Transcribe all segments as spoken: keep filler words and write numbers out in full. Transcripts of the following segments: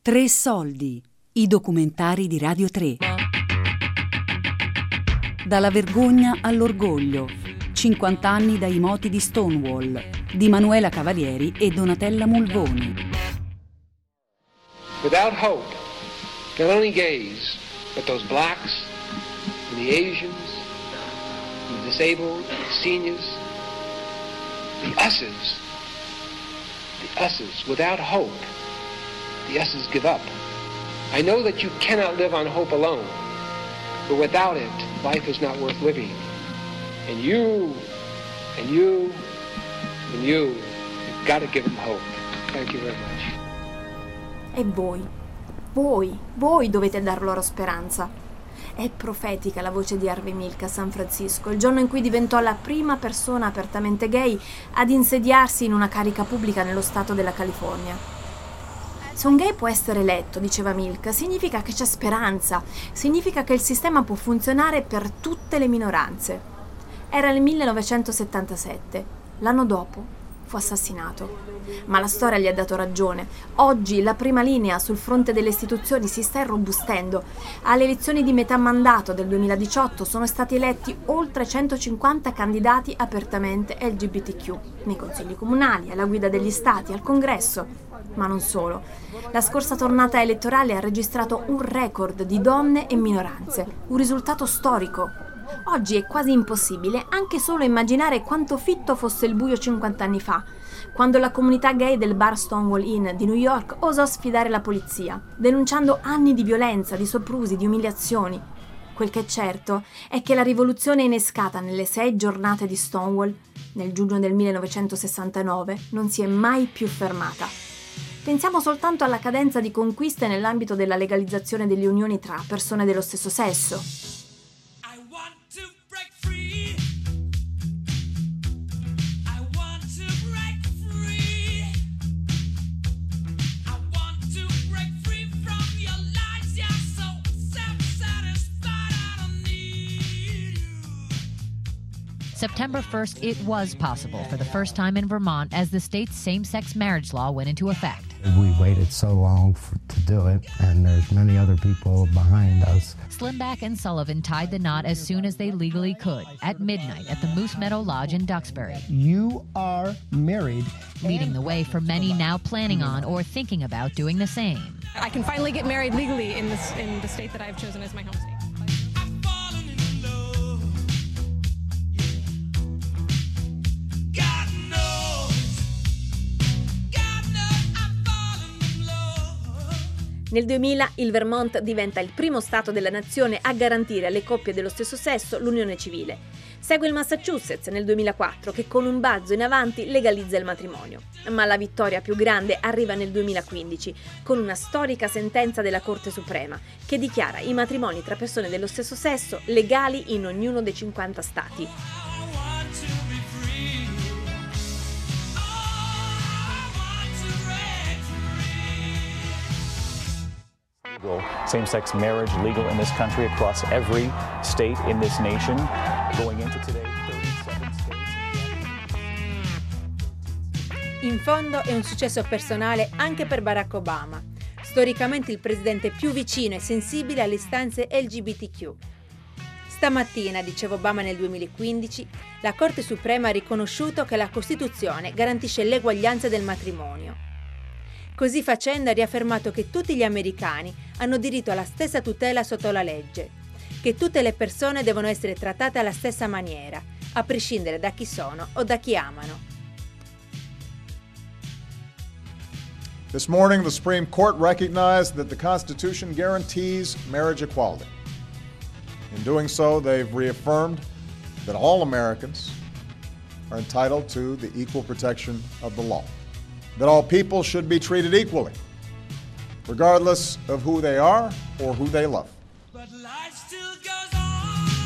Tre soldi, i documentari di Radio tre. Dalla vergogna all'orgoglio, cinquanta anni dai moti di Stonewall, di Manuela Cavalieri e Donatella Mulvoni. Without hope, not only gays, but those blacks, and the Asians, and the disabled, the seniors, the us's, the us's, without hope, the us's give up. I know that you cannot live on hope alone, but without it, life is not worth living. And you, and you, and you, you've got to give them hope. Thank you very much. E voi, voi, voi dovete dar loro speranza. È profetica la voce di Harvey Milk a San Francisco, il giorno in cui diventò la prima persona apertamente gay ad insediarsi in una carica pubblica nello stato della California. Se un gay può essere eletto, diceva Milk, significa che c'è speranza, significa che il sistema può funzionare per tutte le minoranze. Era nel millenovecentosettantasette, l'anno dopo fu assassinato. Ma la storia gli ha dato ragione. Oggi la prima linea sul fronte delle istituzioni si sta irrobustendo. Alle elezioni di metà mandato del duemiladiciotto sono stati eletti oltre centocinquanta candidati apertamente L G B T Q, nei consigli comunali, alla guida degli stati, al congresso. Ma non solo. La scorsa tornata elettorale ha registrato un record di donne e minoranze, un risultato storico. Oggi è quasi impossibile anche solo immaginare quanto fitto fosse il buio cinquanta anni fa, quando la comunità gay del bar Stonewall Inn di New York osò sfidare la polizia, denunciando anni di violenza, di soprusi, di umiliazioni. Quel che è certo è che la rivoluzione innescata nelle sei giornate di Stonewall, nel giugno del millenovecentosessantanove, non si è mai più fermata. Pensiamo soltanto alla cadenza di conquiste nell'ambito della legalizzazione delle unioni tra persone dello stesso sesso. September first, it was possible for the first time in Vermont as the state's same-sex marriage law went into effect. We waited so long for, to do it, and there's many other people behind us. Slimback and Sullivan tied the knot as soon as they legally could, at midnight at the Moose Meadow Lodge in Duxbury. You are married. Leading the way for many now planning on or thinking about doing the same. I can finally get married legally in this in the state that I've chosen as my home state. Nel duemila il Vermont diventa il primo stato della nazione a garantire alle coppie dello stesso sesso l'unione civile. Segue il Massachusetts nel duemilaquattro che con un balzo in avanti legalizza il matrimonio. Ma la vittoria più grande arriva nel duemilaquindici con una storica sentenza della Corte Suprema che dichiara i matrimoni tra persone dello stesso sesso legali in ognuno dei cinquanta stati. Same-sex marriage legal in this country across every state in this nation. Going into today, thirty-seven states. In fondo è un successo personale anche per Barack Obama, storicamente il presidente più vicino e sensibile alle istanze L G B T Q. Stamattina, diceva Obama nel duemilaquindici, la Corte Suprema ha riconosciuto che la Costituzione garantisce l'eguaglianza del matrimonio. Così facendo ha riaffermato che tutti gli americani hanno diritto alla stessa tutela sotto la legge, che tutte le persone devono essere trattate alla stessa maniera, a prescindere da chi sono o da chi amano. This morning, the Supreme Court recognized that the Constitution guarantees marriage equality. In doing so, they've reaffirmed that all Americans are entitled to the equal protection of the law. That all people should be treated equally, regardless of who they are or who they love. But life still goes on.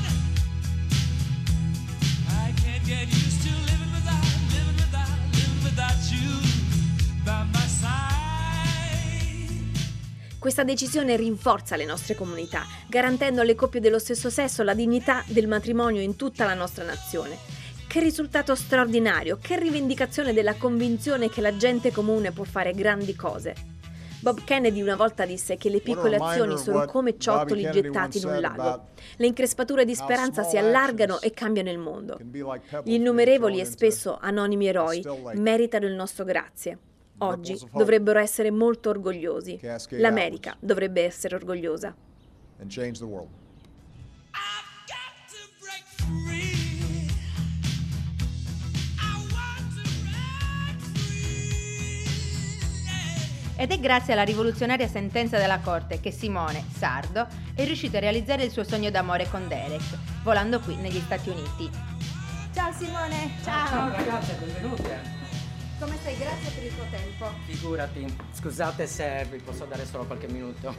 I can't get used to living without, living without, living without you by my side. Questa decisione rinforza le nostre comunità, garantendo alle coppie dello stesso sesso la dignità del matrimonio in tutta la nostra nazione. Che risultato straordinario, che rivendicazione della convinzione che la gente comune può fare grandi cose. Bob Kennedy una volta disse che le piccole azioni sono come ciottoli gettati in un lago. Le increspature di speranza si allargano e cambiano il mondo. Gli innumerevoli e spesso anonimi eroi meritano il nostro grazie. Oggi dovrebbero essere molto orgogliosi. L'America dovrebbe essere orgogliosa. Ed è grazie alla rivoluzionaria sentenza della Corte che Simone, sardo, è riuscito a realizzare il suo sogno d'amore con Derek, volando qui negli Stati Uniti. Ciao Simone! Ciao! Ciao ragazze, benvenute! Come stai? Grazie per il tuo tempo. Figurati, scusate se vi posso dare solo qualche minuto.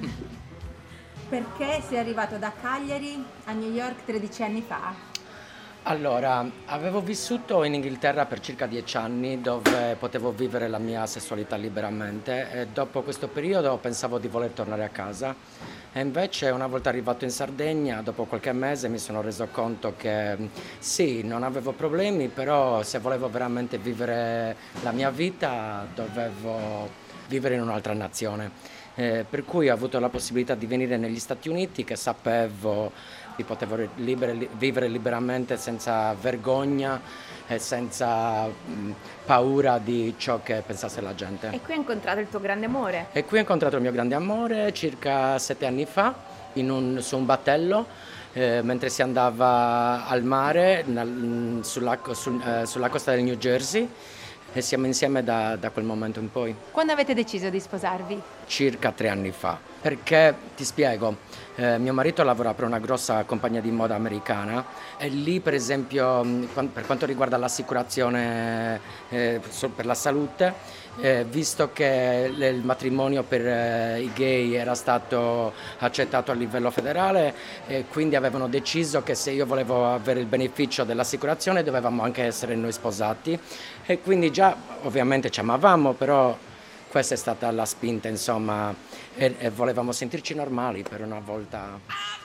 Perché sei arrivato da Cagliari a New York tredici anni fa? Allora, avevo vissuto in Inghilterra per circa dieci anni dove potevo vivere la mia sessualità liberamente e dopo questo periodo pensavo di voler tornare a casa e invece una volta arrivato in Sardegna, dopo qualche mese mi sono reso conto che sì, non avevo problemi, però se volevo veramente vivere la mia vita dovevo vivere in un'altra nazione. Eh, per cui ho avuto la possibilità di venire negli Stati Uniti che sapevo che potevo libere, vivere liberamente senza vergogna e senza mh, paura di ciò che pensasse la gente. E qui hai incontrato il tuo grande amore. E qui ho incontrato il mio grande amore circa sette anni fa in un, su un battello eh, mentre si andava al mare nel, sulla, sul, eh, sulla costa del New Jersey. E siamo insieme da, da quel momento in poi. Quando avete deciso di sposarvi? Circa tre anni fa. Perché, ti spiego, eh, mio marito lavora per una grossa compagnia di moda americana e lì, per esempio, per quanto riguarda l'assicurazione eh, per la salute, eh, visto che il matrimonio per eh, i gay era stato accettato a livello federale, eh, quindi avevano deciso che se io volevo avere il beneficio dell'assicurazione dovevamo anche essere noi sposati e quindi già ovviamente ci amavamo, però questa è stata la spinta, insomma, e, e volevamo sentirci normali per una volta.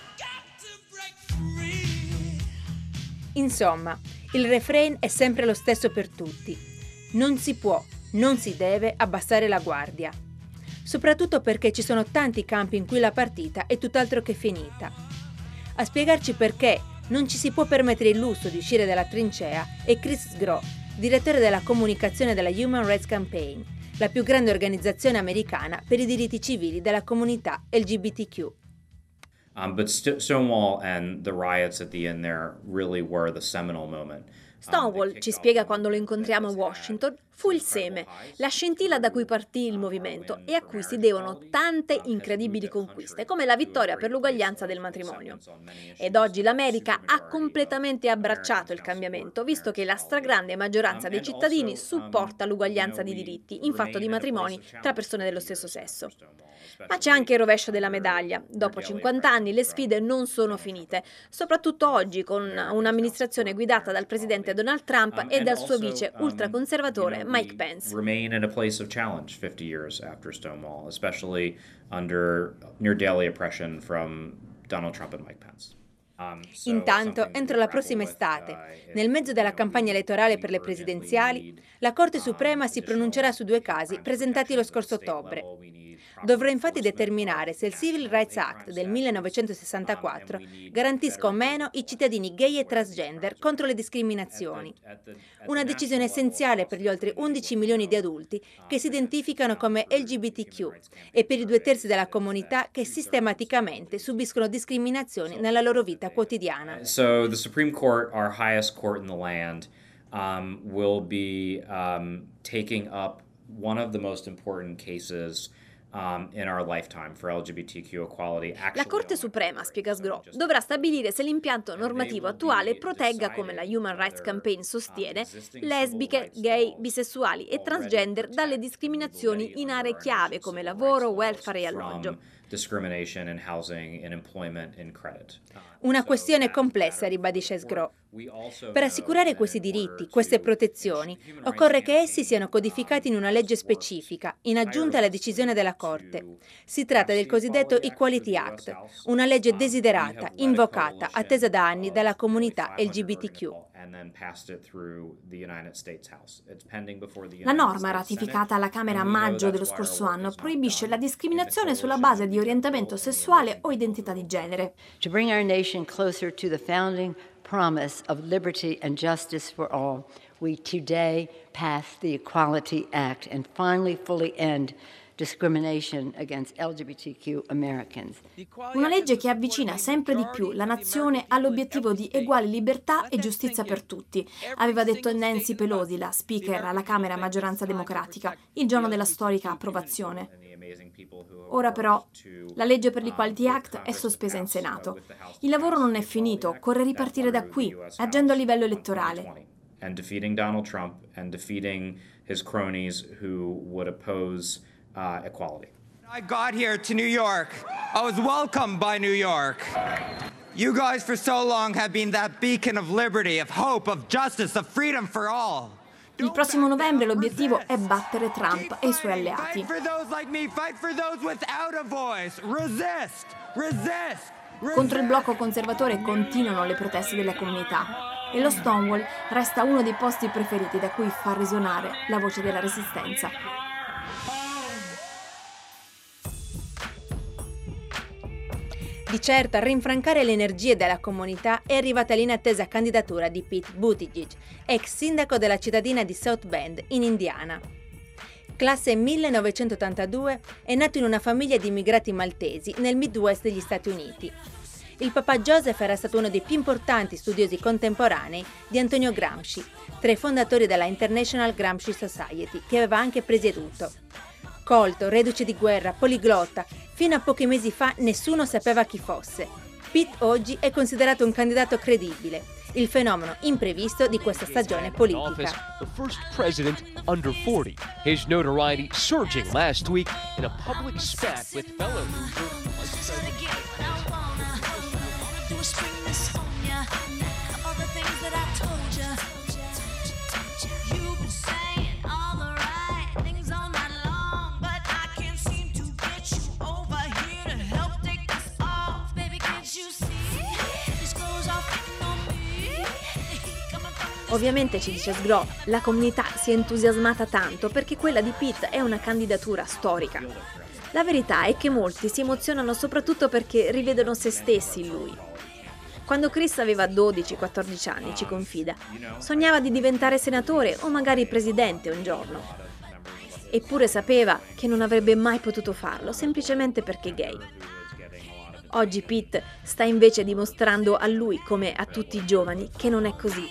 Insomma, il refrain è sempre lo stesso per tutti. Non si può, non si deve abbassare la guardia. Soprattutto perché ci sono tanti campi in cui la partita è tutt'altro che finita. A spiegarci perché non ci si può permettere il lusso di uscire dalla trincea è Chris Sgro, direttore della comunicazione della Human Rights Campaign, la più grande organizzazione americana per i diritti civili della comunità L G B T Q. Um, but St- Stonewall and the riots at the end there really were the seminal moment. Stonewall, ci spiega quando lo incontriamo a Washington, fu il seme, la scintilla da cui partì il movimento e a cui si devono tante incredibili conquiste, come la vittoria per l'uguaglianza del matrimonio. Ed oggi l'America ha completamente abbracciato il cambiamento, visto che la stragrande maggioranza dei cittadini supporta l'uguaglianza di diritti in fatto di matrimoni tra persone dello stesso sesso. Ma c'è anche il rovescio della medaglia. Dopo cinquanta anni le sfide non sono finite, soprattutto oggi con un'amministrazione guidata dal presidente Donald Trump e dal suo vice ultraconservatore Mike Pence. Remain in a place of challenge fifty years after Stonewall, especially under near daily oppression from Donald Trump and Mike Pence. Intanto, entro la prossima estate, nel mezzo della campagna elettorale per le presidenziali, la Corte Suprema si pronuncerà su due casi presentati lo scorso ottobre. Dovrà infatti determinare se il Civil Rights Act del millenovecentosessantaquattro garantisca o meno i cittadini gay e transgender contro le discriminazioni. Una decisione essenziale per gli oltre undici milioni di adulti che si identificano come L G B T Q e per i due terzi della comunità che sistematicamente subiscono discriminazioni nella loro vita quotidiana. So the Supreme Court, our highest court in the land, um, will be um, taking up one of the most important cases Um, in our lifetime for L G B T Q equality. La Corte Suprema, spiega Sgro, dovrà stabilire se l'impianto normativo attuale protegga, come la Human Rights Campaign sostiene, lesbiche, gay, bisessuali e transgender dalle discriminazioni in aree chiave come lavoro, welfare e alloggio. Discrimination in housing, in employment, in credit. Una questione complessa, ribadisce Sgro. Per assicurare questi diritti, queste protezioni, occorre che essi siano codificati in una legge specifica, in aggiunta alla decisione della Corte. Si tratta del cosiddetto Equality Act, una legge desiderata, invocata, attesa da anni dalla comunità L G B T Q. La norma, ratificata alla Camera a maggio dello scorso anno, proibisce la discriminazione sulla base di orientamento sessuale o identità di genere. To bring our nation closer to the founding promise of liberty and justice for all, we today pass the Equality Act and finally fully end discrimination against L G B T Q Americans. Una legge che avvicina sempre di più la nazione all'obiettivo di eguali libertà e giustizia per tutti, aveva detto Nancy Pelosi, la speaker alla Camera a maggioranza democratica, il giorno della storica approvazione. Ora però la legge per l'Equality Act è sospesa in Senato. Il lavoro non è finito, occorre ripartire da qui, agendo a livello elettorale. And defeating Donald Trump and defeating his cronies who would oppose Uh, equality. I got here to New York. I was welcomed by New York. You guys for so long have been that beacon of liberty, of hope, of justice, of freedom for all. Il prossimo novembre l'obiettivo è battere Trump e i suoi alleati. Fight for those like me, fight for those without a voice. Resist, resist. Contro il blocco conservatore continuano le proteste della comunità e lo Stonewall resta uno dei posti preferiti da cui far risuonare la voce della resistenza. Di certo a rinfrancare le energie della comunità è arrivata l'inattesa candidatura di Pete Buttigieg, ex sindaco della cittadina di South Bend, in Indiana. Classe millenovecentottantadue, è nato in una famiglia di immigrati maltesi nel Midwest degli Stati Uniti. Il papà Joseph era stato uno dei più importanti studiosi contemporanei di Antonio Gramsci, tra i fondatori della International Gramsci Society, che aveva anche presieduto. Colto, reduce di guerra, poliglotta, fino a pochi mesi fa nessuno sapeva chi fosse. Pete oggi è considerato un candidato credibile, il fenomeno imprevisto di questa stagione politica. The first president under forty. His notoriety surging last week in a public spat with fellow Ovviamente, ci dice Sgro, la comunità si è entusiasmata tanto perché quella di Pete è una candidatura storica. La verità è che molti si emozionano soprattutto perché rivedono se stessi in lui. Quando Chris aveva dodici quattordici anni, ci confida, sognava di diventare senatore o magari presidente un giorno. Eppure sapeva che non avrebbe mai potuto farlo, semplicemente perché è gay. Oggi Pete sta invece dimostrando a lui, come a tutti i giovani, che non è così.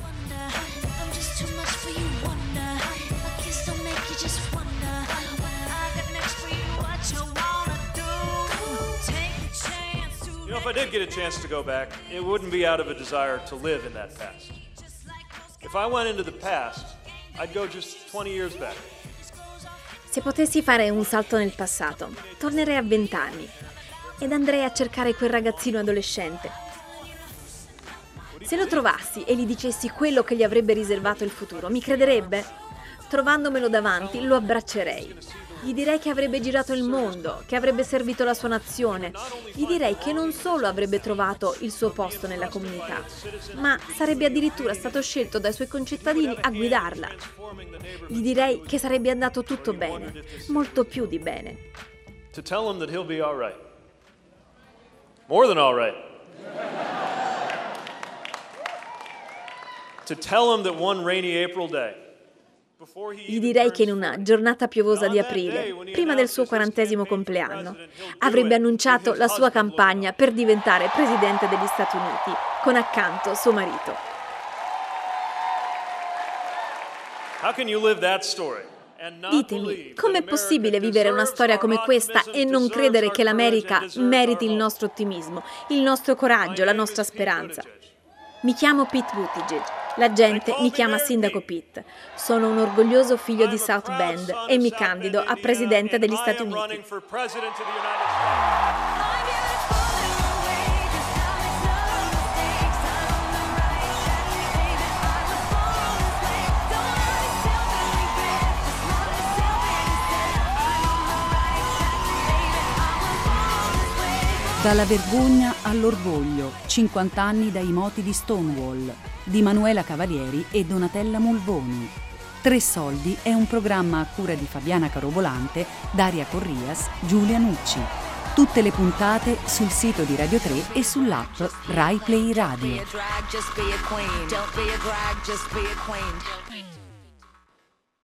You know, if I did get a chance to go back, it wouldn't be out of a desire to live in that past. If I went into the past, I'd go just twenty years back. Se potessi fare un salto nel passato, tornerei a vent'anni ed andrei a cercare quel ragazzino adolescente. Se lo trovassi e gli dicessi quello che gli avrebbe riservato il futuro, mi crederebbe? Trovandomelo davanti, lo abbraccerei. Gli direi che avrebbe girato il mondo, che avrebbe servito la sua nazione. Gli direi che non solo avrebbe trovato il suo posto nella comunità, ma sarebbe addirittura stato scelto dai suoi concittadini a guidarla. Gli direi che sarebbe andato tutto bene, molto più di bene. To tell him that he'll be all right. More than all right. To tell him that one rainy April day, gli direi che in una giornata piovosa di aprile, prima del suo quarantesimo compleanno, avrebbe annunciato la sua campagna per diventare presidente degli Stati Uniti, con accanto suo marito. Ditemi, com'è possibile vivere una storia come questa e non credere che l'America meriti il nostro ottimismo, il nostro coraggio, la nostra speranza? Mi chiamo Pete Buttigieg. La gente mi chiama Sindaco Pete. Sono un orgoglioso figlio di South Bend e mi candido a Presidente degli Stati Uniti. Dalla vergogna all'orgoglio, cinquanta anni dai moti di Stonewall. di Manuela Cavalieri e Donatella Mulvoni. Tre Soldi è un programma a cura di Fabiana Carobolante, Daria Corrias, Giulia Nucci. Tutte le puntate sul sito di Radio tre e sull'app Rai Play Radio.